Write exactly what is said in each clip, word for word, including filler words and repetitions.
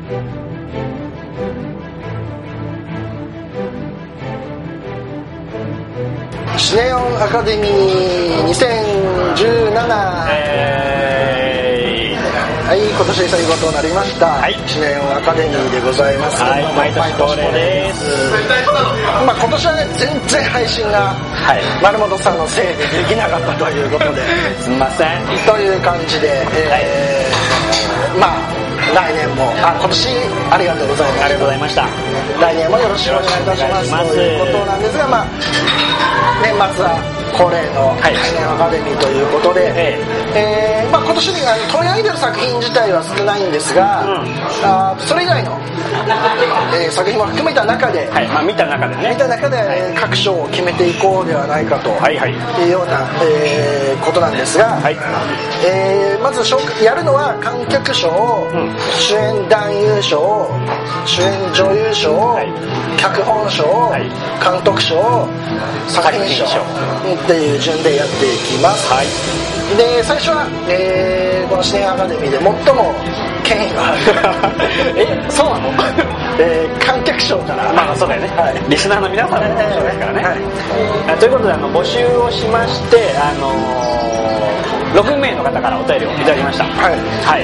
シネオンアカデミーにせんじゅうなな、 えー、 はい、今年最後となりました、はい、シネオンアカデミーでございます。 はい、毎年恒例です。 まあ、今年はね全然配信が、はい、丸本さんのせいでできなかったということですみませんという感じで、えーはい、まあ来年もあ今年ありがとうございました。 ありがとうございました。 来年もよろしくお願いいたしますということなんですが、まあ年末は恒例のシネアカデミーということで、はいえーまあ、今年あの取り上げてる作品自体は少ないんですが、うん、あそれ以外の、えー、作品も含めた中で、 はいまあ、見た中でね見た中で、はい、各賞を決めていこうではないかというような、えー、ことなんですが、はいえー、まずやるのは観客賞、うん、主演男優賞、主演女優賞、はい、脚本賞、はい、監督賞、作品賞っていう順でやっていきます、はい、で最初は、えー、このシネアカデミーで最も権威があるえ、そうなのえー、観客賞からまあそうだよね、はい、リスナーの皆さんの賞ですからね、はい、ということであの募集をしましてあのー、ろくめいの方からお便りをいただきました。はい、はい、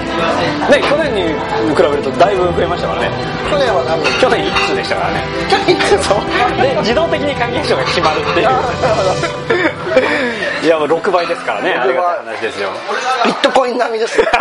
ね、去年に比べるとだいぶ増えましたからね。 去年は何名？ 去年いっつうでしたからね。 去年いっつうそうで自動的に観客賞が決まるっていういやもうろくばいですからね。ありがたい話ですよ。 ビットコイン並みですよ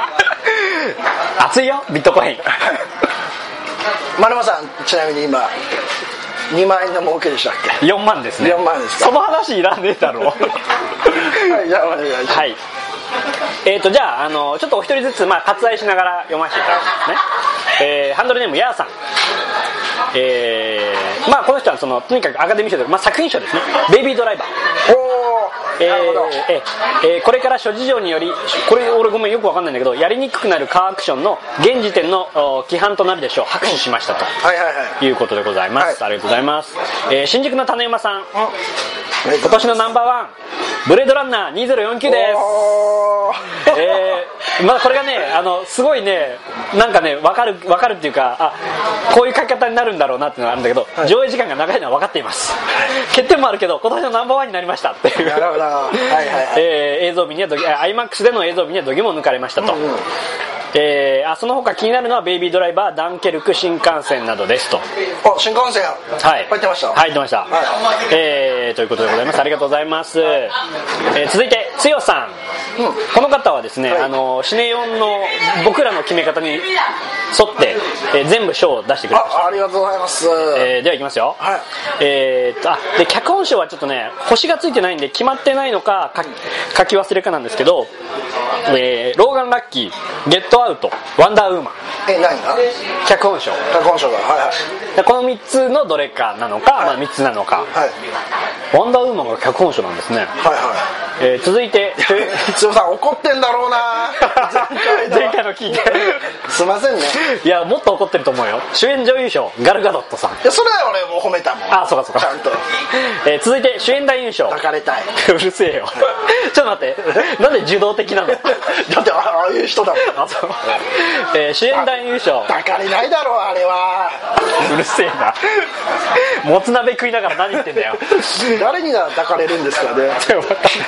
熱いよビットコイン丸山さんちなみに今にまんえんの儲けでしたっけ？ よんまんですね。 よんまんですか？ その話いらねえだろはいじゃあお願いします。 はいえーとじゃあ、あのちょっとお一人ずつ、まあ、割愛しながら読ませていただきますね。えー、ハンドルネームヤーさん、えーまあ、この人はそのとにかくアカデミー賞というか、まあ、作品賞ですね。ベイビードライバー。 おー、 えーえーえー、これから諸事情によりこれ俺ごめんよく分かんないんだけどやりにくくなるカーアクションの現時点の規範となるでしょう。拍手しましたと、はいはいはい、いうことでございます、はい、ありがとうございます、えー、新宿の種馬さん、今年のナンバーワンブレードランナーにせんよんじゅうきゅうです、えー、まあこれがねあのすごいねなんかね分かる分かるっていうかあこういう書き方になるんだろうなっていうのがあるんだけど、はい、上映時間が長いのは分かっています、はい、欠点もあるけど今年のナンバーワンになりましたっていうなるほど、はいはいはいえー、映像美にはドギ アイマックス での映像美には度肝を抜かれましたと、うんうんえー、あその他気になるのはベイビードライバー、ダンケルク、新幹線などですと。 お新幹線はい入ってました入ってました、はいえー、ということでございます。ありがとうございます、えー、続いてつよさん、うん、この方はですね、はい、あのシネヨンの僕らの決め方に沿って、えー、全部賞を出してくれました。 あ, ありがとうございます、 えー、ではいきますよ、はいえー、とあで脚本賞はちょっとね星がついてないんで決まってないのか書き忘れかなんですけど、えー、ローガン・ラッキー、ゲットアウト、ワンダーウーマン。 え、何が？ 脚本賞。 脚本賞が、はいはい。 このみっつのどれかなのか、はい、まあみっつなのか。はい。ワンダーウーマンが脚本賞なんですね。はいはい。えー、続いて、 つよさん怒ってんだろうな前回の聞いて。 すいませんね。 いや、もっと怒ってると思うよ。主演女優賞、ガルガドットさん。いや、それは俺もう褒めたもん。 あ、そうかそうか。 ちゃんと。 えー、続いて、主演男優賞。 抱かれたい。 うるせえよ。ちょっと待って。なんで受動的なの？ だってああいう人だもん。 あ、そう。えー、主演男優賞。 抱かれないだろう、あれは。 うるせえな。もつ鍋食いながら何言ってんだよ。 誰になら抱かれるんですかね。 分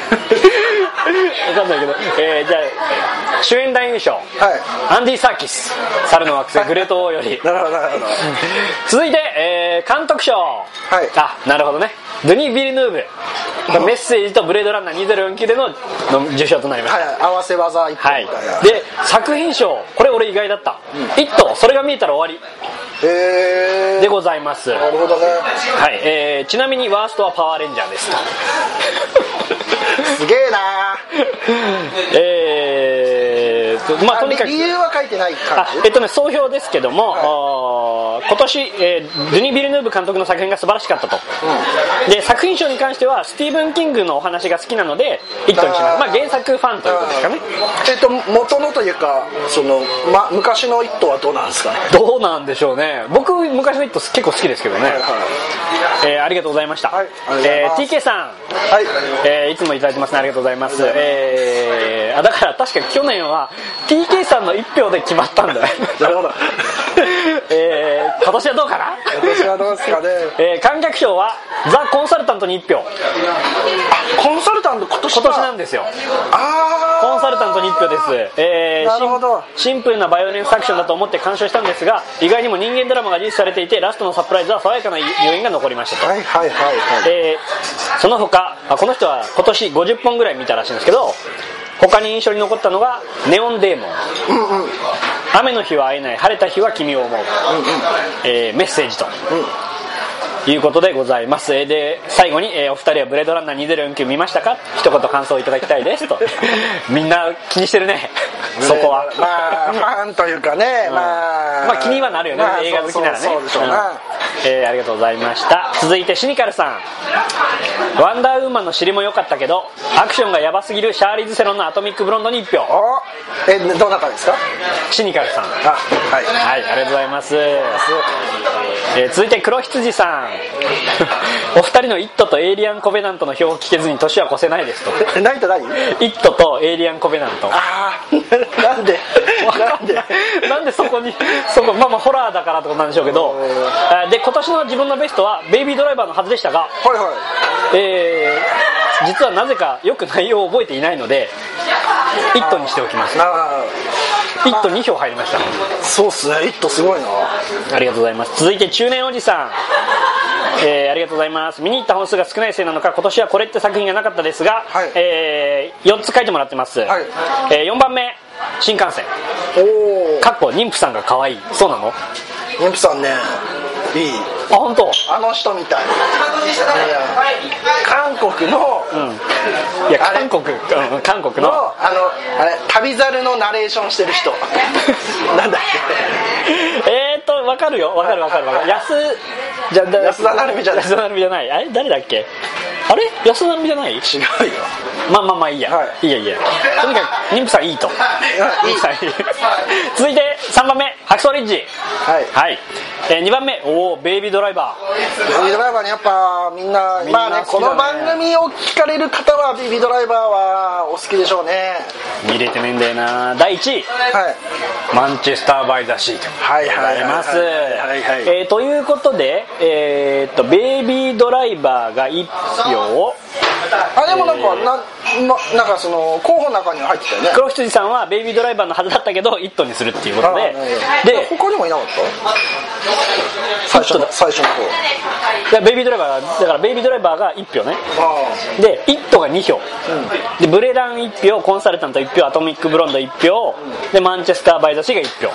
かんないけど、えー、じゃあ主演男優賞、はい、アンディ・サーキス、猿の惑星グレート王よりなるほどなるほど続いて、えー、監督賞、はい、あ、なるほどね、ドゥニー・ビルヌーブ、メッセージとブレードランナーにせんよんじゅうきゅうでのの受賞となりました、 はい、合わせ技一本、はい、 で作品賞、これ俺意外だった、うん、一頭それが見えたら終わりでございます。 なるほどね、 はい、えー、ちなみにワーストはパワーレンジャーですとすげえなえーとまあとにかく理由は書いてない感じ。 あえっとね総評ですけども、はい、今年、えー、ドゥニー・ビルヌーブ監督の作品が素晴らしかったと、うん、で作品賞に関してはスティーブン・キングのお話が好きなので一頭にします。まあ原作ファンということですかね。 えっと元のというかその、ま、昔の一頭はどうなんですかね。 どうなんでしょうね。僕昔の一頭結構好きですけどね、はいはい、えー、ありがとうございました、はい、えー、ティーケー さん、はい、えー、いつもいただいてますね、ありがとうございます。えー、あだから確かに去年は ティーケー さんのいち票で決まったんだよなるほど今年はどうかな。 今年はどうですかね。 えー、観客賞はザ・コンサルタントにいち票。 あ、コンサルタント今年今年なんですよ。 あ、 コンサルタントにいち票です。えー、 なるほど。 シンプルなバイオレンスアクションだと思って鑑賞したんですが、意外にも人間ドラマが重視されていて、ラストのサプライズは爽やかな余韻が残りましたと。 はいはいはいはい。 えー、その他、この人は今年ごじゅっぽんぐらい見たらしいんですけど、他に印象に残ったのがネオンデーモン、うんうん、雨の日は会えない、晴れた日は君を思う、うんうん、えー、メッセージと、うん、いうことでございます。で最後に、えー、お二人はブレードランナーにせんよんじゅうきゅう見ましたか、一言感想をいただきたいですと。みんな気にしてるねそこは。 まあファンというかね、うん、まあ、 まあ気にはなるよね、まあ、映画好きならね。そうでしょうな、うん、えー、ありがとうございました。続いてシニカルさん、ワンダーウーマンの尻も良かったけどアクションがヤバすぎるシャーリーズ・セロンのアトミック・ブロンドにいち票。 え、どなたですか。 シニカルさん。あ、 はい、 はい、ありがとうございます。えー、続いて黒羊さんお二人のイットとエイリアン・コベナントの表を聞けずに年は越せないですと。 何と何。 イットとエイリアン・コベナント。 ああなんでなんでなんでそこにそこ、まあまあホラーだからってことなんでしょうけど、で今年の自分のベストはベイビードライバーのはずでしたが、はいはい、えー、実はなぜかよく内容を覚えていないのでイットにしておきます。イットに票入りました。 そうっすね、イットすごいな。 ありがとうございます。続いて中年おじさん、えー、ありがとうございます。見に行った本数が少ないせいなのか今年はこれって作品がなかったですが、はい、えー、よっつ書いてもらってます、はい、えー、よんばんめ新幹線。おかっこ妊婦さんが可愛い。そうなの。 妊婦さんね、いい。 あ、本当。 あの人みたい。韓国の、 うん、いや韓国、うん、韓国のあのあれ旅猿のナレーションしてる人なんだっけ。えーっと分かるよ、分かる分かる分かる。安じゃ安田成美じゃない。 安田成美じゃない。あれ誰だっけ。あれ安田成美じゃない。違うよ。まあまあまあいいや、はい、いいやいいや。とにかく妊婦さんいいと。いい続いてさんばんめハクソーリッジ。はい、はい、えー、にばんめおーベイビードライバー。 ベイビードライバーね、やっぱみんな、みんなまあね、この番組を聞かれる方はベイビードライバーはお好きでしょうね。 見れてねえんだよな。だいいちい、はい、マンチェスター・バイ・ザ・シーとございます。ということで、えー、っとベイビードライバーがいち票を、 あでもなんか、えー、な, ま、なんかその候補の中には入ってたよね。 黒羊さんはベイビードライバーのはずだったけどイットにするっていうことで、 で他にもいなかった最初の最初の方。 いやベイビードライバーだからベイビードライバーがいち票ね。でイットがに票、うん、でブレランいち票、コンサルタントいち票、アトミックブロンドいち票、うん、でマンチェスター・バイ・ザ・シーがいち票、うん、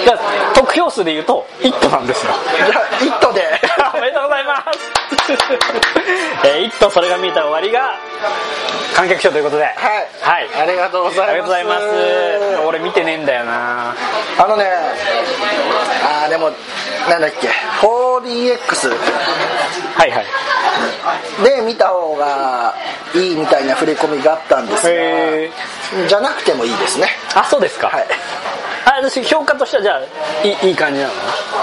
だから得票数でいうとイットなんですよ。 じゃあイットでおめでとうございますえー、イットそれが見えたら終わりが観客賞ということで、はい、 はい、ありがとうございます。 ありがとうございます。俺見てねえんだよな。 あのね、あーでもなんだっけ フォーディーエックスはいはいで見た方がいいみたいな触れ込みがあったんですが、じゃなくてもいいですね。 あ、そうですか。はい、あ、私評価としてはじゃあい い, いい感じなの。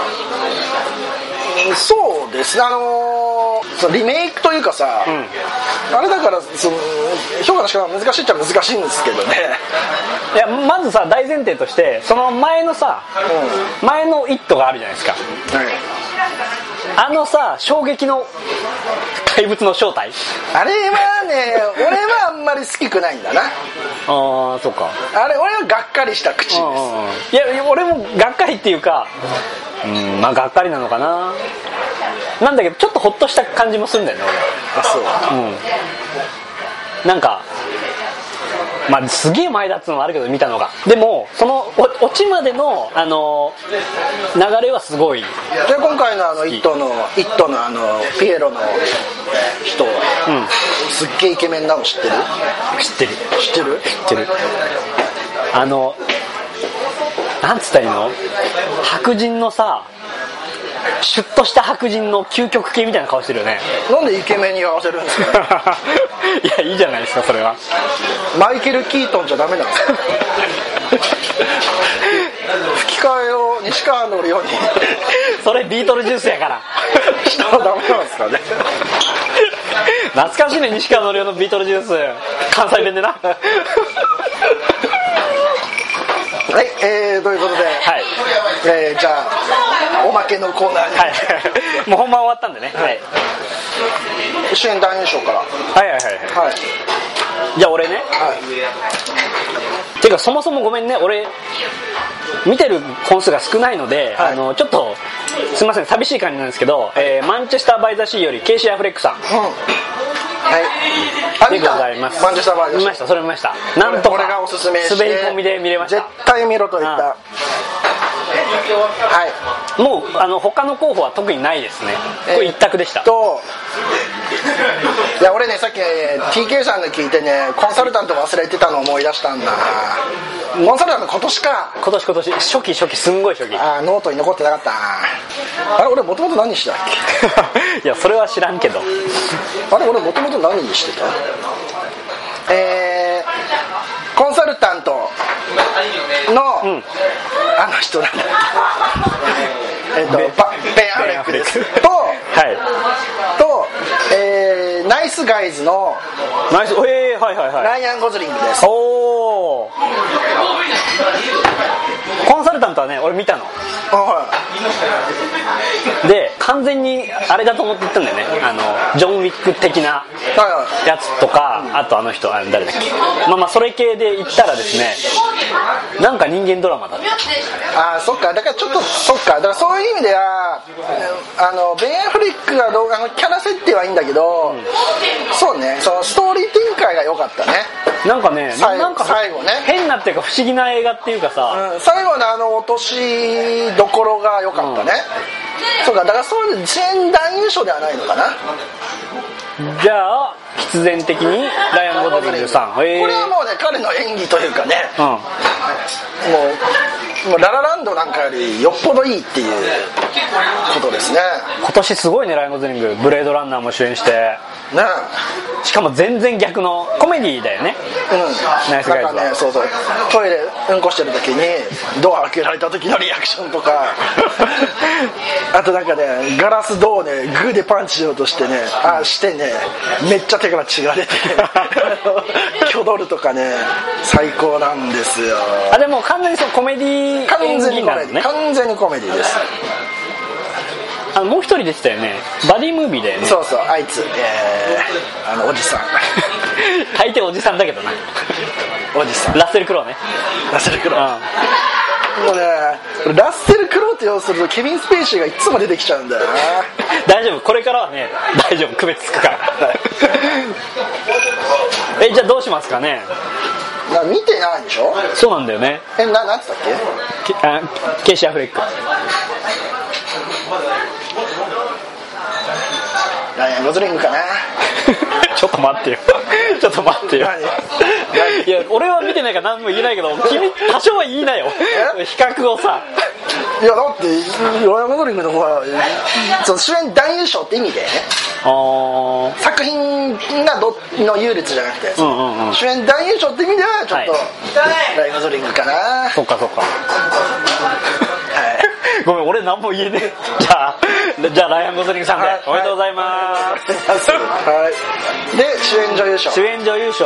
そうですね、あのー、そのリメイクというかさ、うん、あれだからその評価の仕方が難しいっちゃ難しいんですけどね。 いやまずさ大前提としてその前のさ、うん、前のイットがあるじゃないですか、うん、あのさ衝撃の怪物の正体、 あれはね俺はあんまり好きくないんだな。 ああそうか。 あれ俺はがっかりした口です。 いや俺もがっかりっていうか、うん、まあがっかりなのかな。なんだけどちょっとホッとした感じもするんだよね俺。あ、そう、うん、なんかまあすげえ前だっつうのもあるけど見たのが、でもそのオチまでのあの流れはすごい。で今回のあのイットのイットのあのピエロの人、うん、すっげえイケメンなの知ってる？ 知ってる知ってる知ってる。あのなんつったらいいの、白人のさシュッとした白人の究極系みたいな顔してるよね。 なんでイケメンに合わせるんですか？ いやいいじゃないですかそれは。 マイケル・キートンじゃダメなんですか？吹き替えを西川のりおにそれビートルジュースやからしたらダメなんですかね。 懐かしいね西川のりおのビートルジュース関西弁でな。 はい、えー、ということで、はい、 えー、じゃあおまけのコーナーに、はい、 もう本番終わったんでね、はい、 主演男優賞からはいはいはい、はい、じゃあ俺ね、はい、ていうかそもそもごめんね、俺見てる本数が少ないので、はい、あのちょっとすみません寂しい感じなんですけど、えー、マンチェスター・バイ・ザ・シーよりケイシー・アフレックさん、うん、 はいでございます。 マンチェスターバージョン見ました、それ見ました。なんとか俺がおすすめして滑り込みで見れました。 絶対見ろと言った。はい。 もうあの他の候補は特にないですね。これ一択でした。 えー、といや俺ねさっき、ね、ティーケー さんが聞いてねコンサルタント忘れてたのを思い出したんだ。コンサルタント今年か。 今年今年初期初期すんごい初期。 あノートに残ってなかった。あれ俺もともと何してたっけ。いやそれは知らんけど。 あれ俺もともと何にしてた。えー、コンサルタントの、うん、あの人なんだっけえっとベン・アフレックですと、はい、と、えー、ナイスガイズのナイス、えー、はいはいはい、 ライアン・ゴズリングです。 おー、コンサルタントはね俺見たの。で完全にあれだと思って言ったんだよね、あのジョン・ウィック的なやつとか、あとあの人あ誰だっけ、まあまあそれ系で言ったらですね、なんか人間ドラマだった。 あーそっか、だからちょっとそっか、だからそういう意味ではあのベン・アフレックがどうあのキャラ設定はいいんだけど、うん、そうね、そのストーリー展開が良かったね。 なんかね、なんか最後ね変なっていうか不思議な映画っていうかさ、 うん、最後のあの落としどころが良かったね、うん、そうか、だからそういう主演男優賞ではないのかな。 じゃあ必然的にライアン・ゴズリングさん、 えー、これはもうね彼の演技というかね、うん、もう、もうララランドなんかよりよっぽどいいっていうことですね。 今年すごいねライアン・ゴズリング、ブレードランナーも主演してね、しかも全然逆のコメディーだよね。うん、ナイスガイズはなんかね、 そうそう、トイレうんこしてる時にドア開けられた時のリアクションとかあとなんかねガラスドをねグーでパンチしようとしてね、あしてねめっちゃ手から血が出てキョドルとかね最高なんですよ。 あでも完全にそうコメディー演技なのね。 完全にコメディです。 あのもう一人でしたよね、バディムービーだよね。 そうそう、あいつ、えー、あのおじさん大抵おじさんだけどなおじさんラッセルクローね。 ラッセルクロー、うん、もうねラッセルクローって要するとケビン・スペイシーがいつも出てきちゃうんだよな大丈夫、これからはね大丈夫、区別つくからえじゃあどうしますかね。 な見てないでしょ。 そうなんだよね。 えななんつったっけ、けあケイシー・アフレック、 ライアン・ゴズリングかなちょっと待ってよちょっと待ってよいや俺は見てないから何も言えないけど君多少は言いなよ比較をさ。 いやだってライアン・ゴズリングの方はその主演男優賞って意味でね、あ作品がどの優劣じゃなくて、うんうんうん、主演男優賞って意味ではちょっと、はい、ライアン・ゴズリングかな。 そっかそっかごめん俺何も言えねえじゃあじゃあライアン・ゴズリングさんで、はい、おめでとうございます、 はい、で主演女優賞主演女優賞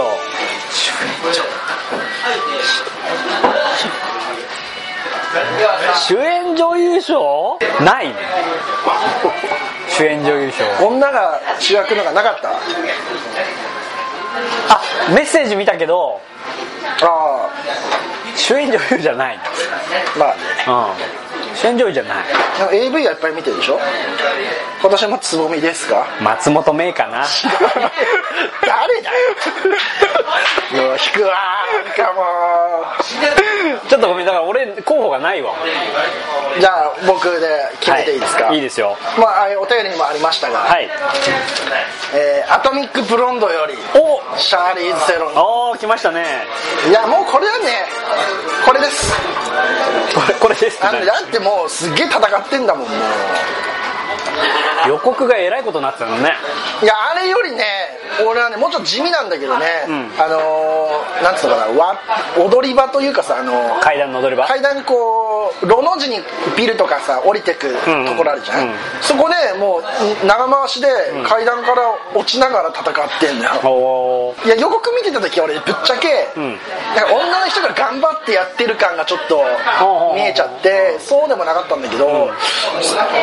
主演女優賞ないね主演女優賞女が主役のがなかった。 あメッセージ見たけどあ主演女優じゃない。 まあね、 うん主演女優じゃない。 でも エーブイ はいっぱい見てるでしょ。今年もつぼみですか。 松本芽かな誰だよもう引くわーかもちょっとごめんだから俺候補がないわ。 じゃあ僕で決めていいですか。 はい、いいですよ。 まあお便りにもありましたが、はいえー、アトミックブロンドよりおシャーリーズ・セロン。 おー来ましたね。 いやもうこれはねこれですこれこれですってだってもうすっげえ戦ってんだもん。もう予告がえらいことになってたのね。 いやあれよりね俺はねもうちょっと地味なんだけどね、うん、あのー、なんつうのかなわ踊り場というかさ、あのー、 階段の踊り場階段こう路の字にビルとかさ降りてくところあるじゃん、うんうん、そこでもう長回しで階段から落ちながら戦ってんだよ、うん、いや予告見てた時は俺ぶっちゃけ、うん、なんか女の人が頑張ってやってる感がちょっと見えちゃってそうでもなかったんだけど、うん、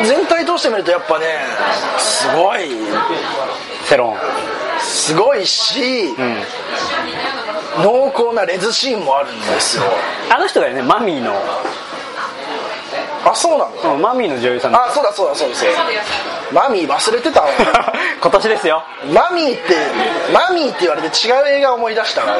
全体通して見るとやっぱねすごいセロンすごいし、うん、濃厚なレズシーンもあるんですよ。 あの人がねマミーのあそうなの、 うん、マミーの女優さんあそうだそうだそうですマミー忘れてたわ今年ですよ。 マミーってマミーって言われて違う映画思い出したわ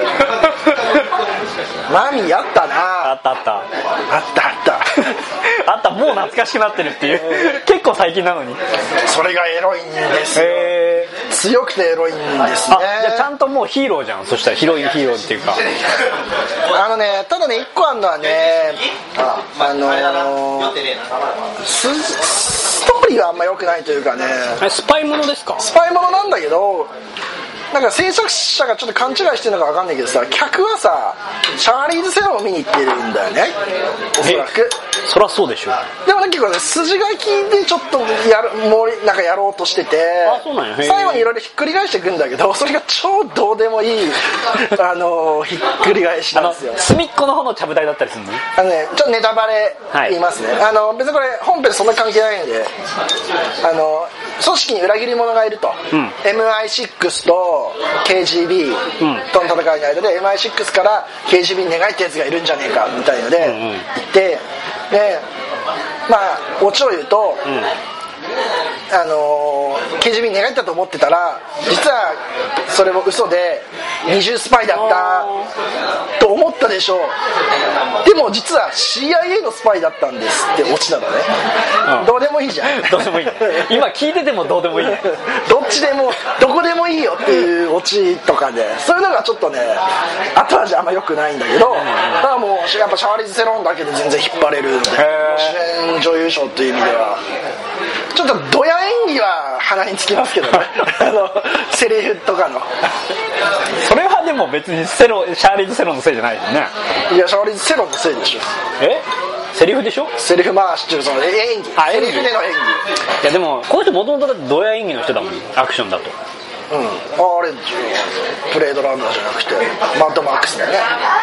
マミーあったなあったあったあったあったあったもう懐かしくなってるっていう結構最近なのにそれがエロいんですよ、えー、強くてエロいんですね。 あじゃあちゃんともうヒーローじゃん。そしたらヒロインヒーローっていうかあのねただね一個あるのはねあのー、ス, ストーリーはあんま良くないというかねスパイものですか。 スパイものなんだけどなんか制作者がちょっと勘違いしてるのか分かんないけどさ客はさシャーリーズ・セロンを見に行ってるんだよねおそらく。 そりゃそうでしょ。 でもね結構ね筋書きでちょっとやるもうなんかやろうとしててあそうなんや最後にいろいろひっくり返していくんだけどそれが超どうでもいいあのひっくり返しなんですよ。 隅っこの方のちゃぶ台だったりするの。 あのねちょっとネタバレ言いますね、はい、あの別にこれ本編そんな関係ないんであの組織に裏切り者がいると、うん、エムアイシックス と ケージービー との戦いの間で、うん、エムアイシックス から ケージービー に寝返ったやつがいるんじゃねえかみたいので、うんうん、言ってでまあオチを言うと、うんあのー、ケージービー に寝返ったと思ってたら実はそれも嘘で二重スパイだったと思ったでしょう。でも実は シーアイエー のスパイだったんですってオチなのね、うん、どうでもいいじゃんどうでもいい今聞いててもどうでもいいねどっちでもどこでもいいよっていうオチとかでそういうのがちょっとね後味あんま良くないんだけど、うんうん、ただもうやっぱシャーリーズ・セロンだけで全然引っ張れるので主演女優賞という意味ではちょっとドヤ演技は鼻につきますけどねあのセリフとかのそれはでも別にセロシャーリーズ・セロンのせいじゃないよね。 いやシャーリーズ・セロンのせいでしょ。 えセリフでしょ。セリフ回しっていうその演技あセリフでの演技。 いやでもこの人もともとだってドヤ演技の人だもんアクションだと。 うん、ああれブレードランナーじゃなくてマッドマックスだよね。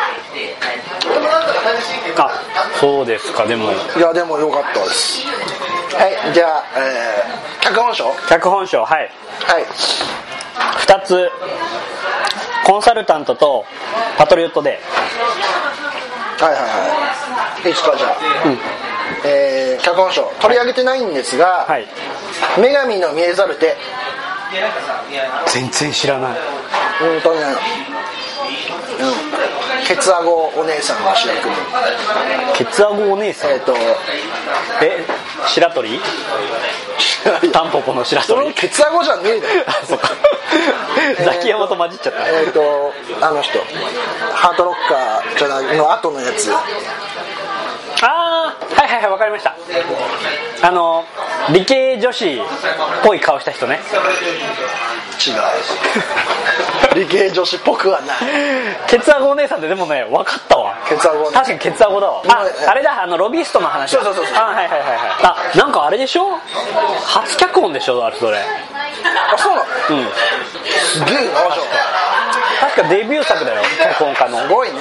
あそうですか。でもいやでも良かったです。はいじゃあ、えー、脚本賞脚本賞はい、 はい、 ふたつコンサルタントとパトリオットではいはいはいいいですかじゃあ、うんえー、脚本賞取り上げてないんですが、はい、女神の見えざる手全然知らない。 うんとね、うん、ケツアゴお姉さんが主役のケツアゴお姉さんえっ、ー、とえ白鳥タンポポの白鳥ケツアゴじゃねえだよあそうかザキヤマと混じっちゃったえっ、ー、とあの人ハートロッカーじゃないの後のやつああはいはいはい分かりました。あの理系女子っぽい顔した人ね。 違う理系女子っぽくはないケツアゴお姉さんってでもね分かったわ。 ケツアゴ確かにケツアゴだわ。ああれだあのロビーストの話だ。 そうそうそうあはいはいはいはいあなんかあれでしょ初脚本でしょあれそれ。 あそうなの。うんすげえなじゃあ確かデビュー作だよ脚本家の。 すごいね。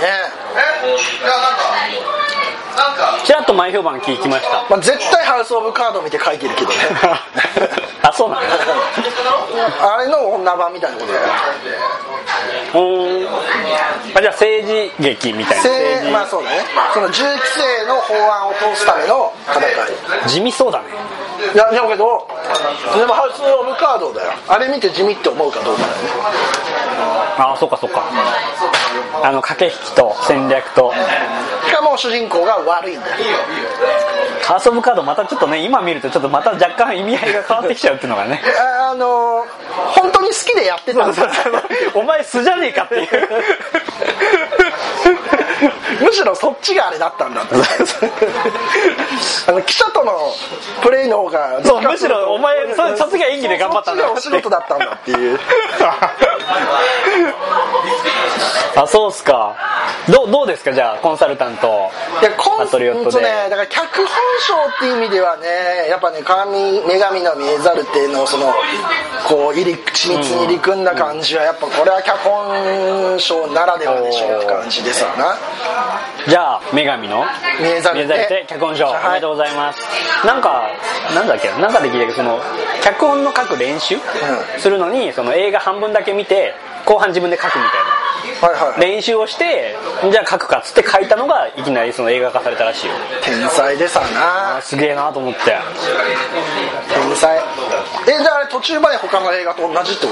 ちらっと前評判聞きました、 まあ、絶対ハウスオブカード見て書いてるけどねあそうなのあれの女版みたいなことだよ。 うんあじゃあ政治劇みたいな政治まあそうだねその銃規制の法案を通すための戦い。 地味そうだね。 いやでもけどでもハウスオブカードだよ。あれ見て地味って思うかどうかだよね。 ああそうかそうかあの駆け引きと戦略としかも主人公が悪いんだよ。 ハウスオブカードまたちょっとね今見るとちょっとまた若干意味合いが変わってきちゃうっていうのがねあの本当に好きでやってたんだお前素じゃねえかっていうむしろそっちがあれだったんだってあの記者とのプレイの方がそうむしろお前そ, そっちが演技で頑張ったんだそっちがお仕事だったんだっていうあそうっすか。ど う, どうですかじゃあコンサルタントいやコンパトリオットで、 ね、だから脚本賞っていう意味ではねやっぱね神女神の見えざるっていうのをそのこう入り緻密に入り組んだ感じはやっぱこれは脚本賞ならではでしょうって感じですわな。 じゃあ女神の見えざるって脚本賞、はい、おめでとうございます。なんかなんだっけなんかで聞いたけどその脚本の書く練習、うん、するのにその映画半分だけ見て後半自分で書くみたいなはいはいはい、練習をしてじゃあ書くかっつって書いたのがいきなりその映画化されたらしいよ。 天才でさな。 すげえなと思って。 天才。えじゃああれ途中まで他の映画と同じってこと？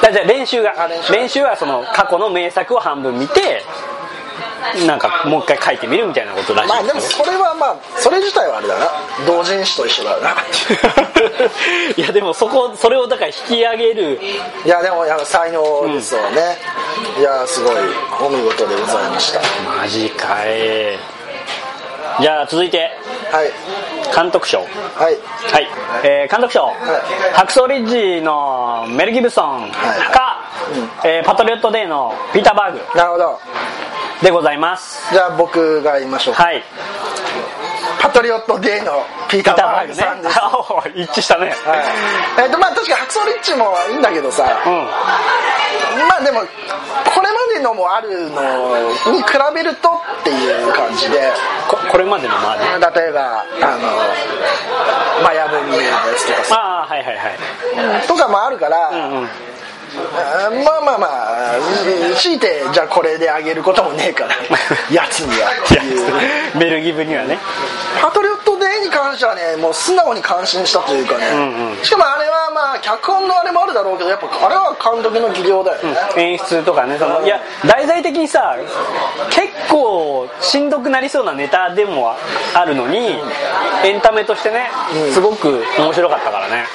だじゃあ練習が練習, 練習はその過去の名作を半分見てなんかもう一回書いてみるみたいなことらしい。 まあでもそれはまあそれ自体はあれだな同人誌と一緒だないやでもそこそれをだから引き上げるいやでもや才能ですよね、うん、いやすごいお見事でございました。 マジかい。じゃあ続いて、はい、監督賞はい、はいえー、監督賞、はい、ハクソーリッジのメル・ギブソンか、はいうんえー、パトリオットデーのピーター・バーグなるほどでございます。 じゃあ僕が言いましょうか。はい。パトリオットデーのピーター・バーグさんです。 ね、一致したね。はい。 えっとまあ確かにハクソーリッチもいいんだけどさ、うん、まあでもこれまでのもあるのに比べるとっていう感じで、 こ, これまでのもある。 例えばあのマヤ文明のやつとかさ、 ああはいはいはい。 とかもあるから。うんうんまあまあまあ強いてじゃあこれであげることもねえからやつにはっていうメルギブにはねパトリオットデーに関してはねもう素直に感心したというかね、うんうん、しかもあれはまあ脚本のあれもあるだろうけどやっぱあれは監督の技量だよね、 うん、演出とかねそのいや題材的にさ結構しんどくなりそうなネタでもあるのに、うん、エンタメとしてね、うん、すごく面白かったからね、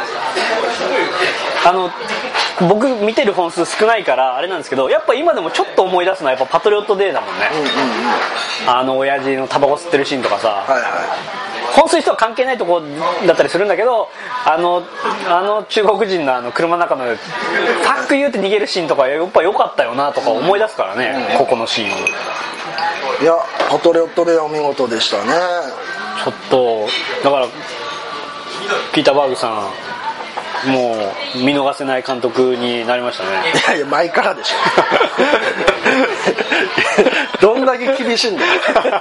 うん、あの僕見てる本数少ないからあれなんですけどやっぱ今でもちょっと思い出すのはやっぱパトリオットデーだもんね、うんうんうん、あの親父のタバコ吸ってるシーンとかさ、はいはい、本数とは関係ないとこだったりするんだけどあのあの中国人のあの車の中のパック言うって逃げるシーンとかやっぱ良かったよなとか思い出すからね、うん、ここのシーンいやパトリオットデーはお見事でしたね。 ちょっとだからピーター・バーグさんもう見逃せない監督になりましたね。 いやいや前からでしょどんだけ厳しいんだよ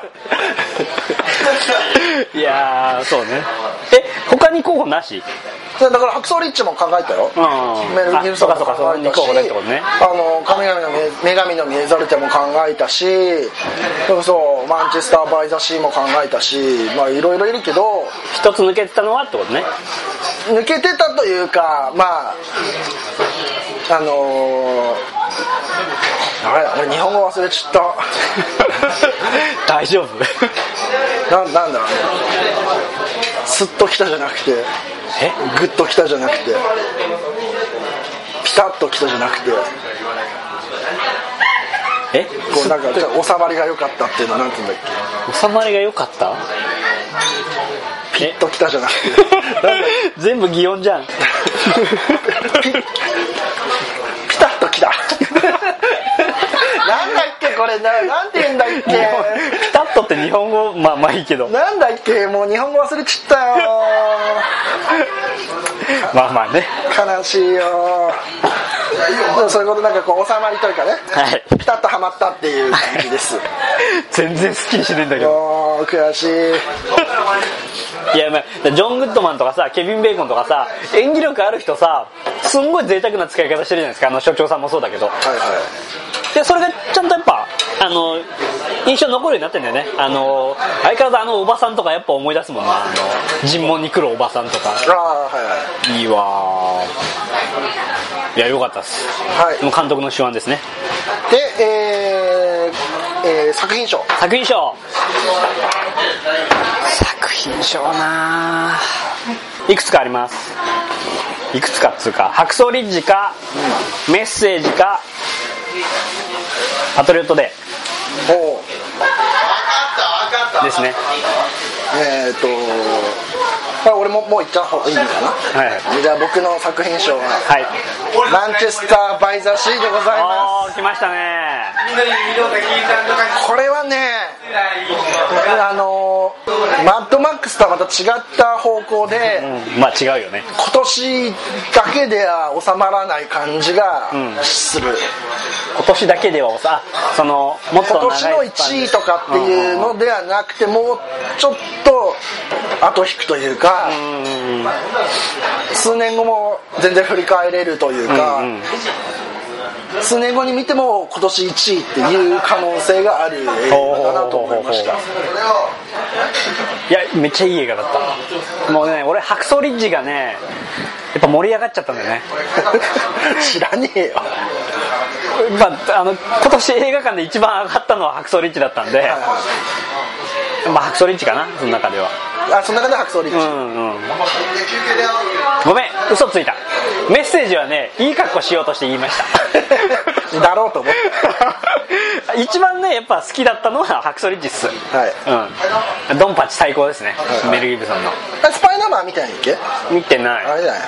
いやーそうね。え他に候補なし？ だからハクソーリッチも考えたよ、うん、メル・ギブソンも考えたし、ね、あの神々の女神の見えざる手も考えたしそうマンチェスター・バイ・ザ・シーも考えたしまあいろいろいるけど一つ抜けてたのはってことね。 抜けてたというかまああのー、あれ俺日本語忘れちゃった大丈夫な, なんだろうスッときたじゃなくてえグッときたじゃなくてピタッときたじゃなくてえこうなんか収まりが良かったっていうのはなんて言うんだっけ収まりが良かったピッときたじゃなくて全部擬音じゃんピ, ピタッときたなんだっけこれ な, なんて言うんだっけピタッとって日本語まあまあいいけどなんだっけもう日本語忘れちったよまあまあね悲しいよそういうことなんかこう収まりというかね、はい、ピタッとはまったっていう感じです全然好きにしねえんだけど悔しいいや、まあ、ジョン・グッドマンとかさケビン・ベーコンとかさ演技力ある人さすんごい贅沢な使い方してるじゃないですか。あの所長さんもそうだけど、はいはい、でそれがちゃんとやっぱあの印象に残るようになってんだよね。あの相変わらずあのおばさんとかやっぱ思い出すもんな。あの尋問に来るおばさんとかあ、はいはい、いいわいや良かったっす、はい、もう監督の手腕ですね。 で、えーえー、作品賞作品賞作品賞ないくつかあります。いくつかっつうかハクソーリッジか、うん、メッセージかパトリオットデー。 ですね。 えーっとまあ、俺ももう言った方がいいのかな、はい、じゃあ僕の作品賞は、はい、マンチェスター・バイ・ザ・シーでございます。 来ましたね。 これはね、あのマッドマックスとはまた違った方向で、 うん、まあ違うよね。 今年だけでは収まらない感じがする、うん、 今年だけではさ、そのもっと長い今年のいちいとかっていうのではなくて、もうちょっと後引くというか、うん数年後も全然振り返れるというか、うんうん、数年後に見ても今年いちいっていう可能性がある映画だなと思いました。 いやめっちゃいい映画だった。もうね、俺ハクソーリッジがねやっぱ盛り上がっちゃったんだよね。 知らねえよ。 まあ、あの今年映画館で一番上がったのはハクソーリッジだったんで、はいはい、まあハクソーリッジかな、その中では。 あ、その中でハクソーリッジ、うんうん、 ごめん嘘ついた。メッセージはねいい格好しようとして言いましただろうと思った一番ねやっぱ好きだったのはハクソーリッジっす、はいうん、ドンパチ最高ですね、はい、メル・ギブソンの。 スパイダーマン見てないっけ？ 見てない。 あれだよ、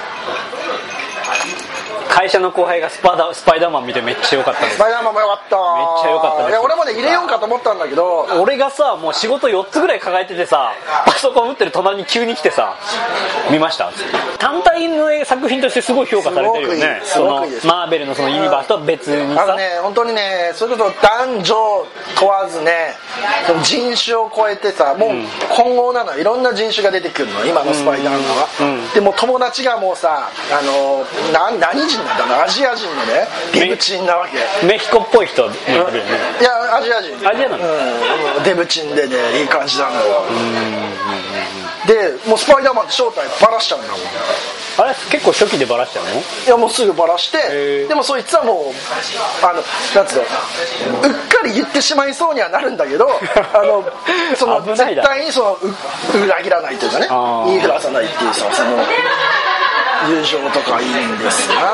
会社の後輩がスパダスパイダーマン見てめっちゃ良かったです。 スパイダーマンも良かった。 めっちゃ良かったです。 いや俺もね入れようかと思ったんだけど、 俺がさもう仕事よっつぐらい抱えててさ、パソコン打ってる隣に急に来てさ、見ました。単体の作品としてすごい評価されてるよね。そのマーベルのそのユニバースと別にさ、 あのね本当にね、それこそ男女問わずね、人種を超えてさ、もう混合なの、いろんな人種が出てくるの今のスパイダーマンは、うんうん、でも友達がもうさ、あのな何人なんだろう、アジア人のねデブチンなわけ。 メヒコっぽい人もいるよね、うん、いやアジア人アジアなの、 うん、デブチンでねいい感じなのよ。でもうスパイダーマンって正体バラしちゃうんだもん。 あれ結構初期でバラしちゃうの？いやもうすぐバラして、でもそいつはもうあのなんつうの、うっかり言ってしまいそうにはなるんだけどあのその絶対にその裏切らないというかね、言いふらさないっていうさ、その友情とかいいんですが、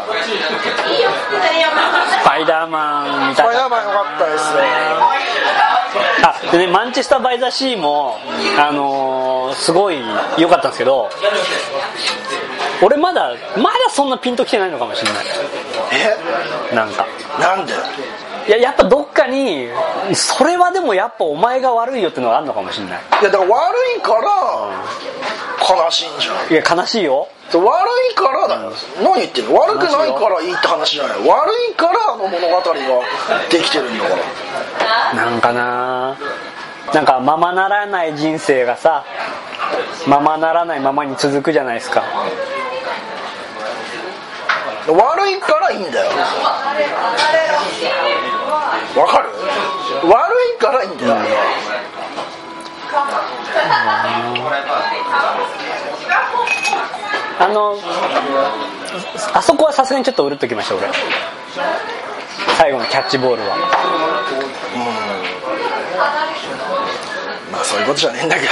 スパイダーマンみたいな。 スパイダーマン良かったですね。 あでね、マンチェスター・バイ・ザ・シーも、あのー、すごい良かったんですけど、俺まだまだそんなピンときてないのかもしれない。 え？ なんかなんで？ いややっぱどっかにそれはでもやっぱお前が悪いよってのがあるのかもしれない。 いやだから悪いから悲しいんじゃん。 いや悲しいよ。 悪いからだよ、うん、何言ってんの。悪くないからいいって話じゃない。悪いからあの物語ができてるんだから。 なんかな、なんかままならない人生がさ、ままならないままに続くじゃないですか。 悪いからいいんだよ。わかる？悪いからいいんだよ、うん、 あのあそこはさすがにちょっとうるっときました俺。最後のキャッチボールは、 うん、まあそういうことじゃねえんだけど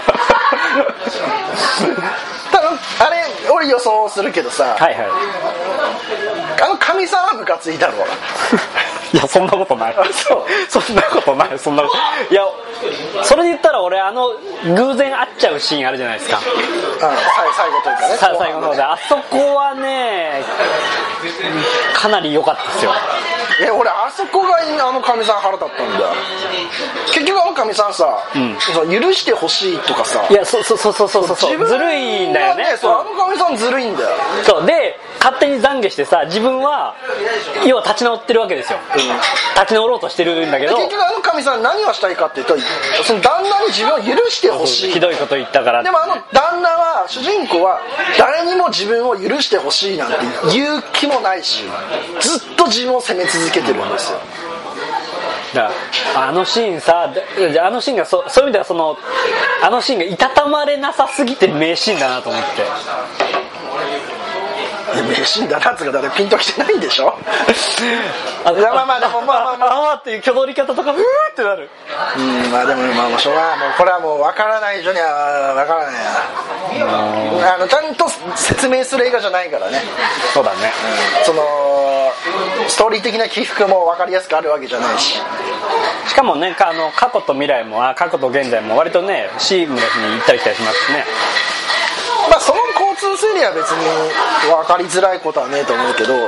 ただあれ俺予想するけどさ、はいはい、あの神さんはムカついたろいやそんなことないそうそんなことないそんなこといやそれで言ったら俺あの偶然会っちゃうシーンあるじゃないですか。あ最後というかね、 最後の方であそこはねかなり良かったですよ。 え俺あそこがあの神さん腹立ったんだよ。結局あの神さんさ、うん、その許してほしいとかさ、 いやそうそうそうそうそうそうずるいんだよね。 そうあの神さんずるいんだよ。 そうで勝手に懺悔してさ、自分は要は立ち直ってるわけですよ、うん、立ち直ろうとしてるんだけど、 結局あの神さん何がしたいかっていうと、その旦那に自分を許してほしい。 ひどいこと言ったから。 でもあの旦那は主人公は誰にも自分を許してほしいなんて言う気もないし、ずっと自分を責め続けてるんですよ。 だからあのシーンさ、あのシーンが そ, そういう意味ではそのあのシーンがいたたまれなさすぎて名シーンだなと思って。 名シーンだなっつうか、だってピンときてないんでしょあまあまあでもまあまあまああっていう挙動り方とかうーってなる。 うんまあでもまあしょうがない、もうこれはもう分からない人には分からないや、あのちゃんと説明する映画じゃないからね。 そうだね、 うん、そのストーリー的な起伏も分かりやすくあるわけじゃないし、 しかもねあの過去と未来もあ過去と現在も割とねシームレスに行ったり来たりしますしね。 まあその交通整理は別に分かりづらいことはねえと思うけど、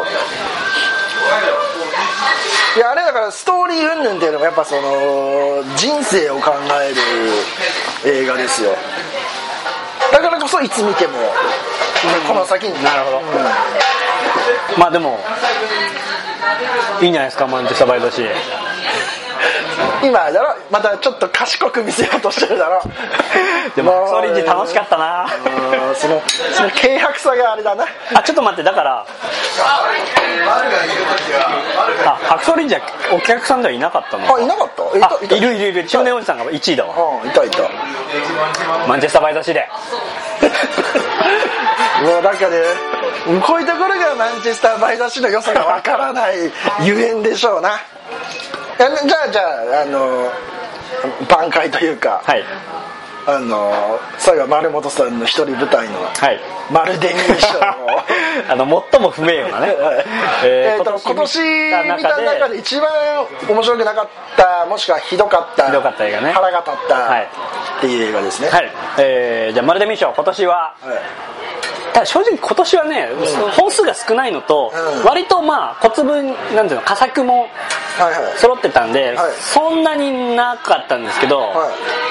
いやあれだからストーリー云々っていうのもやっぱその人生を考える映画ですよ。だからこそいつ見ても、うん、この先になるほど、うん、まあでもいいんじゃないですかマンチェスターバイザシー。 今だろまたちょっと賢く見せようとしてるだろでもソリンジ楽しかったなそのその軽薄さがあれだなあちょっと待ってだからあ白ソリンジはお客さんではいなかったの。 あいなかったいたあいるいるいる中年おじさんがいちいだわ。 うんいたいたマンチェスターバイザシーでもうなんかねこういうところがマンチェスターバイザシーの良さがわからないゆえんでしょうな。じゃあじゃああの挽回というか、はい、あの最後は丸本さんの一人舞台の、はい、マルデミー賞をあの最も不名誉なね、 えー、と今年見た中で一番面白くなかったもしくはひどかったひどかった映画ね腹が立ったっていう映画ですね。 はい、えー、じゃあマルデミー賞今年は、はいただ正直今年はね、うん、本数が少ないのと、うん、割とまあ小粒なんていうの佳作も揃ってたんで、はいはい、そんなになかったんですけど、はい、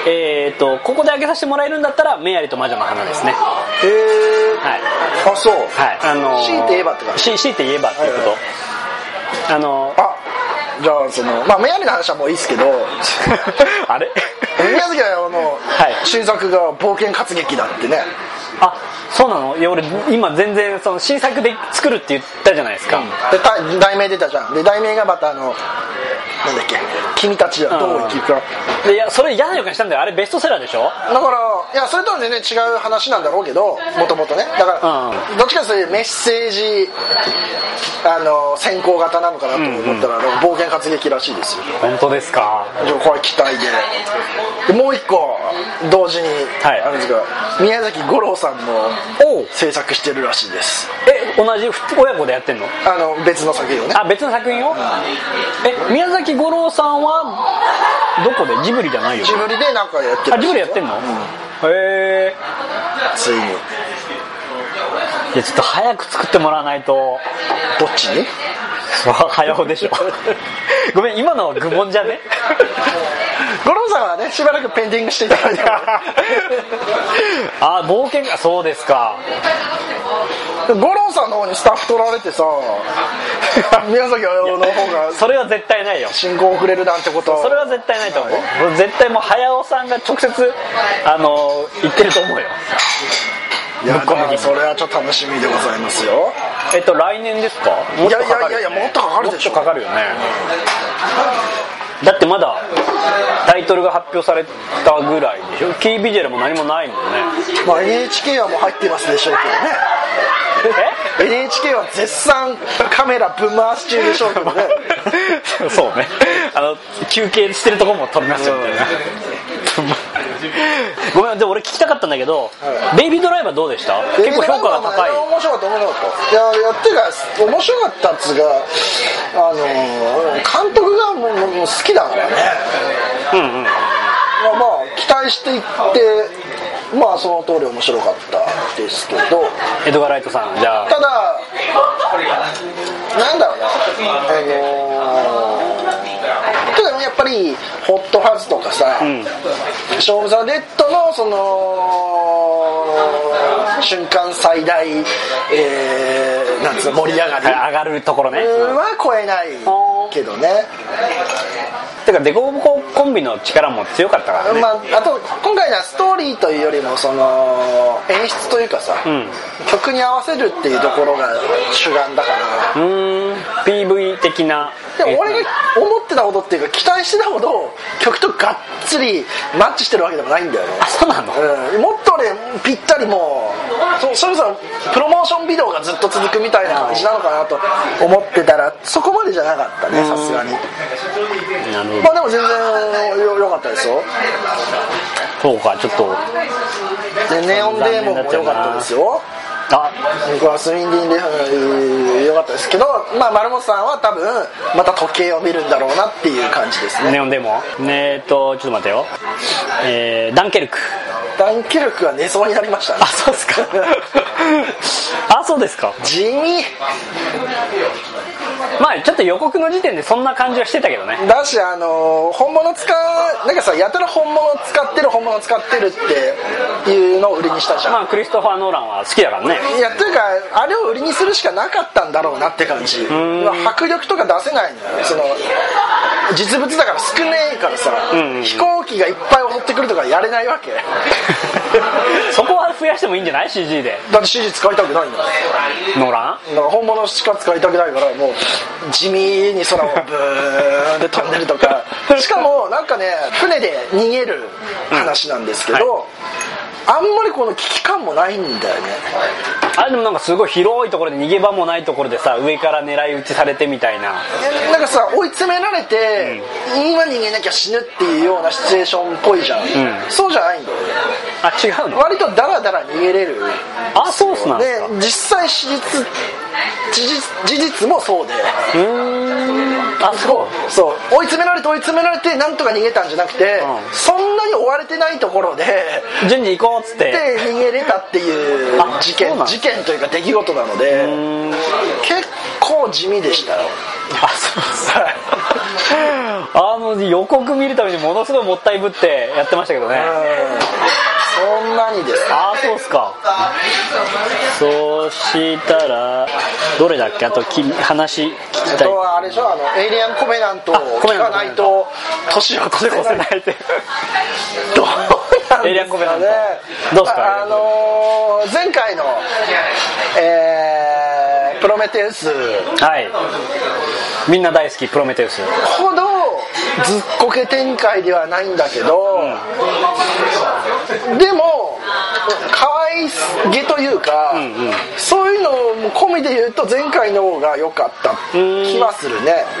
えーとここで挙げさせてもらえるんだったらメアリと魔女の花ですね。へえ、はい、あそう、はいあのー、強いて言えばってか強いて言えばっていうこと、はいはい、あのー、 あじゃあそのまあメアリの話はもういいですけどあれ宮崎駿の新作が冒険活劇だってね。 あそうなの。いや俺今全然その新作で作るって言ったじゃないですか、うん、 で題名出たじゃん。で題名がまたあのなんだっけ君たちはどう生きるか、 うん、でいやそれ嫌な予感したんだよ。あれベストセラーでしょ。 だからいやそれとは全然違う話なんだろうけどもともとねだから、うん、どっちかというとメッセージあの先行型なのかなと思ったら、うんうん、冒険活劇らしいですよ。 本当ですか。 これ期待で。でもう一個同時に、はい、あるんですが宮崎吾郎さんも制作してるらしいです。 え同じ親子でやってんの。 あの別の作品をね。 あ別の作品を、うん、え宮崎吾郎さんはどこで。ジブリじゃないよ。 ジブリでなんかやってる。 あジブリやってんの、うん、へえついに。 いやちょっと早く作ってもらわないと。 どっちに早尾でしょごめん今のは愚問じゃね五郎さんはねしばらくペンディングしていただいてあ冒険か。そうですか。 五郎さんの方にスタッフ取られてさ宮崎駿の方がそれは絶対ないよ。 進行遅れるなんてことそれは絶対ないと思う、はい、絶対もう早尾さんが直接あの言ってると思うよ。 いやだからそれはちょっと楽しみでございますよ。 えっと来年ですか。 もっとかかる、ね、いやいやいやもっとかかるでしょ。 もっとかかるよね、うん、だってまだタイトルが発表されたぐらいでしょ。キービジュアルも何もないもんね。 まあ エヌエイチケー はもう入ってますでしょうけどね。え エヌエイチケー は絶賛カメラぶん回し中でしょうけどねそうねあの休憩してるとこも撮りますよみたいなごめんで俺聞きたかったんだけど、はい、ベイビードライバーどうでした。結構評価が高い。 面白かった面白かった。いややってるが面白かったっつうかあの監督がもうもう好きだからね。うんうん。まあまあ期待していってまあその通り面白かったですけど。 エドガー・ライトさんじゃあ。 ただなんだろうなあのーただやっぱりホットハズとかさ、うん、ショー・オブ・ザ・デッドのその瞬間最大、えー、なんつうの盛り上がり、 はい、上がるところねは超えないけどね。 てかデコボココンビの力も強かったからね。 まあ、あと今回のはストーリーというよりもその演出というかさ、うん、曲に合わせるっていうところが主眼だから。 うーん ピーブイ 的な。 でも俺が思ってたほどっていうか期待してたほど曲とがっつりマッチしてるわけでもないんだよね。 あそうなの、 うん、もっと俺ぴったりもうそそれこそプロモーションビデオがずっと続くみたいな感じなのかなと思ってたらそこまでじゃなかったね、さすがに。まあでも全然良かったですよ。 そうか、ちょっとでネオンデーモンも良かったですよ。あ、僕はスウィンディンレフ良かったですけど、まあ丸本さんは多分また時計を見るんだろうなっていう感じですね。 ネオンデーモン、えーっとちょっと待ってよ、えー、ダンケルクダンケルクは寝そうになりましたね。 あ、そうですかあ、そうですか。 地味。 まあちょっと予告の時点でそんな感じはしてたけどね。 だし、あのー、本物使うなんかさ、やたら本物使ってる本物使ってるっていうのを売りにしたじゃん。 まあクリストファー・ノーランは好きだからね。 いや、というかあれを売りにするしかなかったんだろうなって感じ。迫力とか出せないのよ。その実物だから少ねえからさ、うんうん、飛行機がいっぱい襲ってくるとかやれないわけそこは増やしてもいいんじゃない シージー で。 だって シージー 使いたくないんだよノーラン。 だから本物しか使いたくないから、もう地味に空をブーンで飛んでるとかしかもなんかね、船で逃げる話なんですけど、うん、はい、あんまりこの危機感もないんだよね。 あれでもなんかすごい広いところで逃げ場もないところでさ、上から狙い撃ちされてみたいな、 なんかさ、追い詰められて、うん、今逃げなきゃ死ぬっていうようなシチュエーションっぽいじゃん、うん、そうじゃないんだよね。 あ、違うの。 割とダラダラ逃げれる。 あ、そうっすなんですか。 で実際史実事実事実もそうで、 うーん、あ、そうそう追い詰められて追い詰められてなんとか逃げたんじゃなくて、うん、そんなに追われてないところで順次行こうっつってで逃げれたっていう事件事件というか出来事なので、結構地味でしたよ。 あ、そうですあの予告見るためにものすごいもったいぶってやってましたけどね。 そんなにですか。 ああ、そうっすか。そうしたらどれだっけ、あとき話聞きたい。 あとはあれでしょ、あのエイリアンコベナントを聞かないと年を越せないってどうなんですかね。エイリアンコベナントどうですか。あのー、前回の、えー、プロメテウス、 はい、みんな大好きプロメテウスほどずっこけ展開ではないんだけど、うん、でも可愛げというか、うんうん、そういうのも込みで言うと前回の方が良かった気はするね。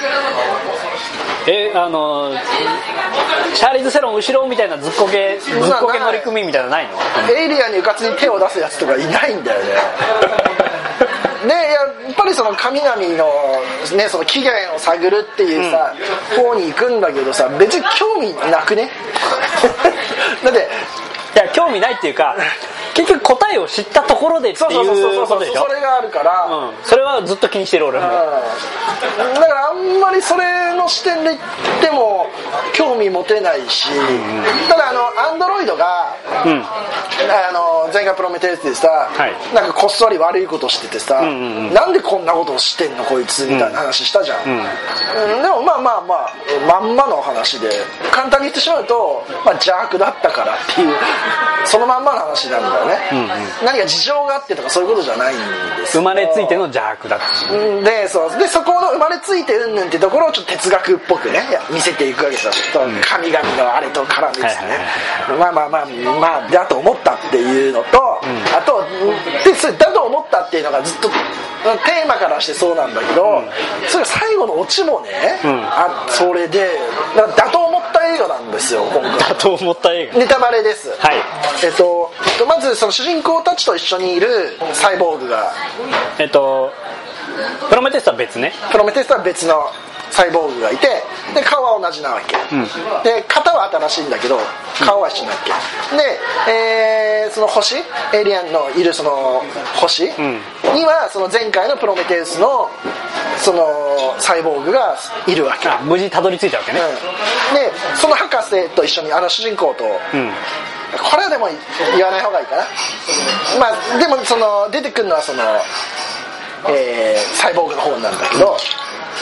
え、あのシャーリーズ・セロン後ろみたいなずっこけずっこけ乗組みたいなのないの。 エイリアンにうかつに手を出すやつとかいないんだよねでやっぱりその神々の、ね、その起源を探るっていうさ、うん、方に行くんだけどさ、別に興味なくねだっていや興味ないっていうか結局答えを知ったところでっていうことでしょ。 それがあるから、うん、 それはずっと気にしてる俺も、うん、だからあんまりそれの視点で言っても興味持てないし、うん、ただあのアンドロイドが、うん、あの前回プロメテウスでさ、はい、なんかこっそり悪いことしててさ、うんうんうん、なんでこんなことをしてんのこいつみたいな話したじゃん、うんうん、でもまあまあまあまんまの話で簡単に言ってしまうと、まあ、邪悪だったからっていうそのまんまの話なんだよね、うんうん、何か事情があってとかそういうことじゃないんですよ。生まれついての邪悪だった、 うん、で そ, でそこの生まれついてうんぬんってところをちょっと哲学っぽくね見せていくわけですよ。神々のあれと絡めですね、まあまあまあまあだと思ったっていうのと、うん、あとでそれだと思ったっていうのがずっとテーマからしてそうなんだけど、うん、それ最後のオチもね、うん、あそれでだと思った映画なんですよ今回。 だと思った映画、 ネタバレです、 はい。 えっとまずその主人公たちと一緒にいるサイボーグが、 えっとプロメテウスは別ね。 プロメテウスは別のサイボーグがいて、で顔は同じなわけ、うん、で型は新しいんだけど顔は一緒なわけ、うん、で、えー、その星エイリアンのいるその星、うん、にはその前回のプロメテウスのそのサイボーグがいるわけ。 あ、無事たどり着いたわけね、うん、 でその博士と一緒にあの主人公と、うん、これはでも言わない方がいいかな。まあでもその出てくるのはその、えー、サイボーグの方なんだけど、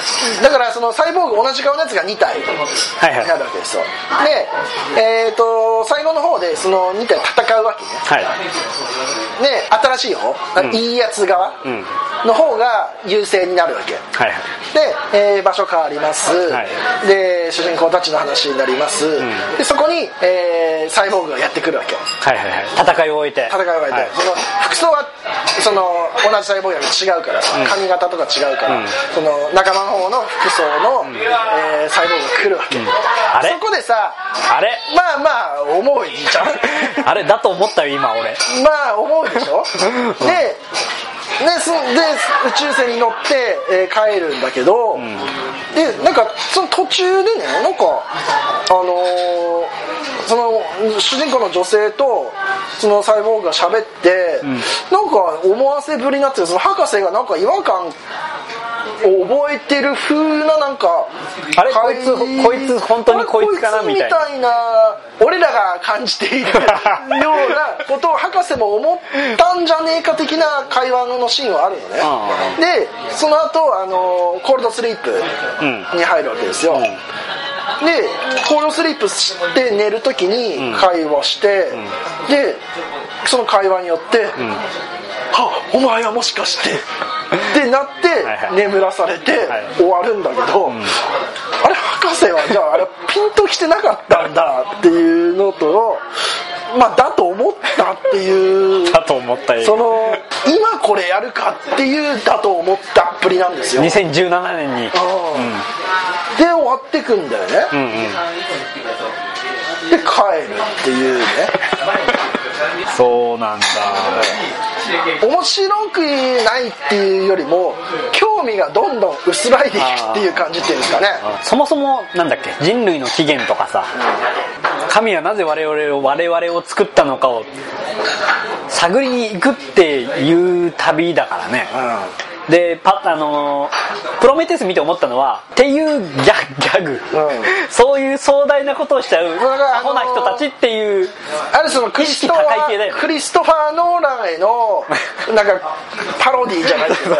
だからそのサイボーグ同じ顔のやつがにたいあるわけですよ。で、えー、と最後の方でそのにたい戦うわけね、はい、で新しい方、うん、いいやつ側の方が優勢になるわけ、はいはい、で、えー、場所変わります、はい、で主人公たちの話になります、うん、でそこに、えー、サイボーグがやってくるわけ、 はいはいはい、戦いを終えて戦いを終えて、はい、その服装はその同じサイボーグが違うから、うん、髪型とか違うから、うん、その仲間の方の服装の、うんえー、サイボーグが来るわけ、うん、あれそこでさあれまあまあ思うじゃんあれだと思ったよ今俺まあ思うでしょでで, で宇宙船に乗って、えー、帰るんだけど、うん、でなんかその途中でねなんかあのー、その主人公の女性とそのサイボーグが喋って、うん、なんか思わせぶりになってその博士がなんか違和感を覚えてる風ななんかあれこいつこいつ本当にこいつかなみたいなみたいな俺らが感じているようなことを博士も思ったんじゃねえか的な会話のシーンはあるのね。でその後あのコールドスリープに入るわけですよ、うん、でコールドスリープして寝る時に会話して、うん、でその会話によって、うん、はお前はもしかしてってなって眠らされて終わるんだけど、はいはい、あれ博士はじゃああれピンときてなかったんだっていうのとまあだと思ったっていうだと思ったその今これやるかっていうだと思ったっぷりなんですよにせんじゅうななねんに、うん、 で終わってくんだよね、うんうん、で帰るっていうねそうなんだ面白くないっていうよりも興味がどんどん薄らいでいくっていう感じっていうんですかね。 そもそもなんだっけ人類の起源とかさ、うん、神はなぜ我々を我々を作ったのかを探りに行くっていう旅だからね、うんでパあのー、プロメテウス見て思ったのはっていうギャ、ギャグ、うん、そういう壮大なことをしちゃうアホな人たちっていうあるそのクリストファークリストファー・ノーランへのなんかパロディーじゃないけど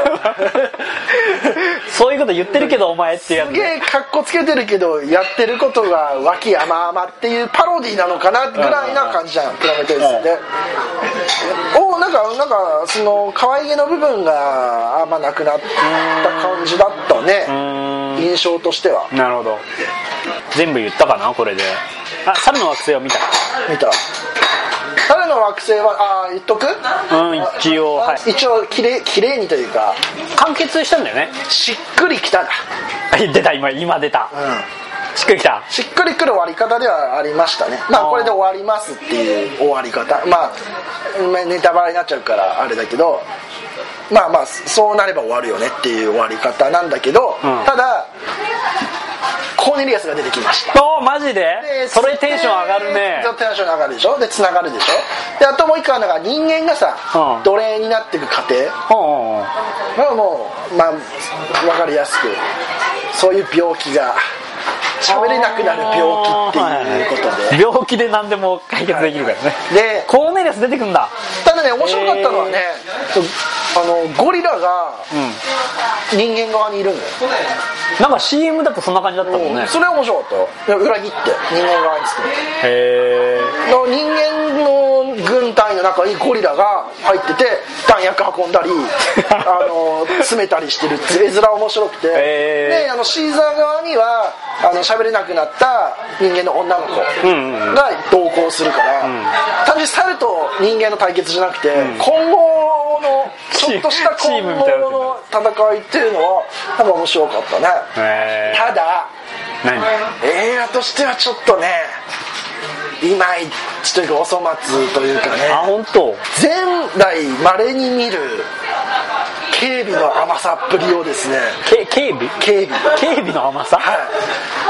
そういうこと言ってるけどお前っていうやつ、 ね、すげえカッコつけてるけどやってることが脇甘々っていうパロディーなのかなぐらいな感じじゃんプロメテウスって、うん、おなんかなんかその可愛げの部分があんまなくなった感じだったね印象としては。 なるほど全部言ったかなこれで。あ猿の惑星を見た見た猿の惑星はあ言っとくうん一応、はい、 一応きれいきれいにというか完結したんだよね。 しっくりきたな出た今今出た、うん、しっくりきたしっくりくる終わり方ではありましたね。まあこれで終わりますっていう終わり方まあネタバレになっちゃうからあれだけどまあまあそうなれば終わるよねっていう終わり方なんだけど、うん、ただコーネリアスが出てきました。 おーマジ で, でそれテンション上がるね。 テンション上がるでしょでつながるでしょであともう一個はなんか人間がさ、うん、奴隷になっていく過程がもうまあ分かりやすくそういう病気が喋れなくなる病気っていうことで、はい、 病気で何でも解決できるからね、はい、でコーネリアス出てくんだ。 ただね面白かったのはね、あのゴリラが人間側にいるのよ、 うん、なんか シーエム だとそんな感じだったもんね。 それは面白かったよ。裏切って人間側につくへー人間の軍隊の中にゴリラが入ってて弾薬運んだりあの詰めたりしてるって絵面面白くてであのシーザー側にはあの喋れなくなった人間の女の子が同行するから、うんうん、単純に猿と人間の対決じゃなくて、うん、今後のちょっとした今後の戦いっていうのはなんか面白かったね。ただ何映画としてはちょっとねいまいちというかお粗末というかね。 あ本当前代稀に見る警備の甘さっぷりをですね。 警備警備警備の甘さ、 はい、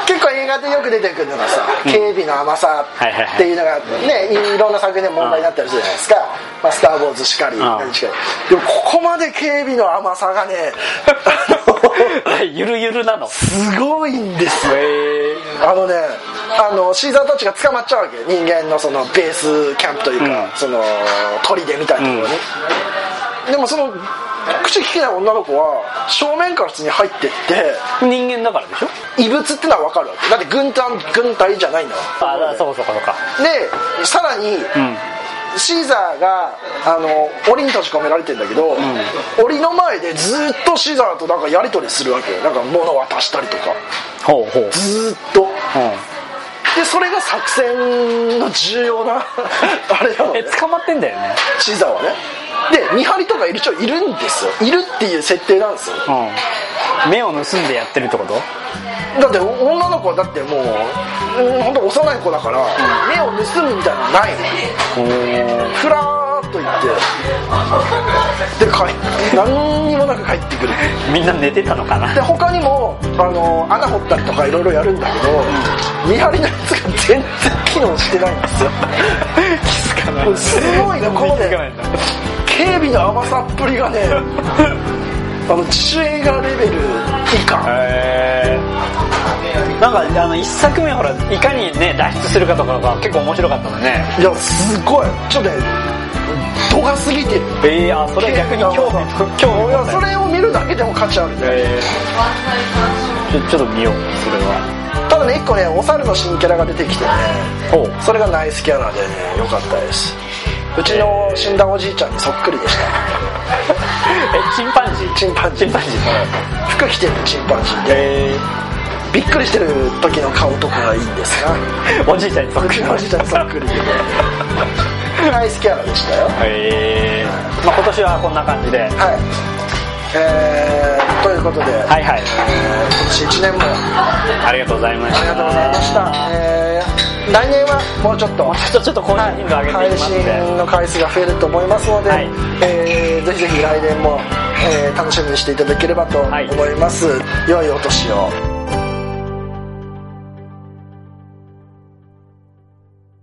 結構映画でよく出てくるのがさ、うん、警備の甘さっていうのがね、いろんな作品で問題になったりするじゃないですか、まあ、スター・ウォーズしかり何しかりでもここまで警備の甘さがねゆるゆるなのすごいんですよ。あのねあのシーザーたちが捕まっちゃうわけ人間のそのベースキャンプというか、うん、その砦みたいなところに、うん、でもその口利けない女の子は正面から普通に入ってって人間だからでしょ。 異物ってのは分かるわけだって軍隊軍隊じゃないんだわあそうそうそうかでさらに、うん、シーザーがあの檻に閉じ込められてんだけど、うん、檻の前でずっとシーザーとなんかやり取りするわけよ。なんか物渡したりとかほうほうずっと、うん、でそれが作戦の重要なあれなのね。 え捕まってんだよねシーザーはね。で見張りとかいる人いるんですよ。いるっていう設定なんですよ、 うん、目を盗んでやってるってことだって女の子はだってもう本当幼い子だから、うん、目を盗むみたいなのないの。ふらーっと行ってで帰何にもなく帰ってくる。 みんな寝てたのかな。 で他にもあの穴掘ったりとかいろいろやるんだけど、うん、見張りのやつが全然機能してないんですよ気づかないすごいねこのね警備の甘さっぷりがねあの自主映画レベル以下。へーなんかあのいっさくめほらいかにね脱出するかとかが結構面白かったのね。 いやすごいちょっとね度が過ぎてる。 えー、あそれ逆に興味興味いやそれを見るだけでも価値あるね。えー、ちょ, ちょっと見ようそれは。 ただねいっこねお猿の新キャラが出てきてねそれがナイスキャラでね良かったです。うちの死んだおじいちゃんにそっくりでしたえチンパンジーチンパンジーチンパンジー服着てるチンパンジーでびっくりしてる時の顔とかがいいんですがおじいちゃんにそっくりおじいちゃんにそっくりでナイスキャラでしたよ。 へえ、まあ、今年はこんな感じではいえー、ということではいはい、 えー、今年いちねんもありがとうございました。 ありがとうございました、えー、来年はもうちょっともうちょっとちょっと更新頻度上げていきますので、 配信の回数が増えると思いますので、はい、えー、ぜひぜひ来年も、えー、楽しみにしていただければと思います、はい、良いお年を。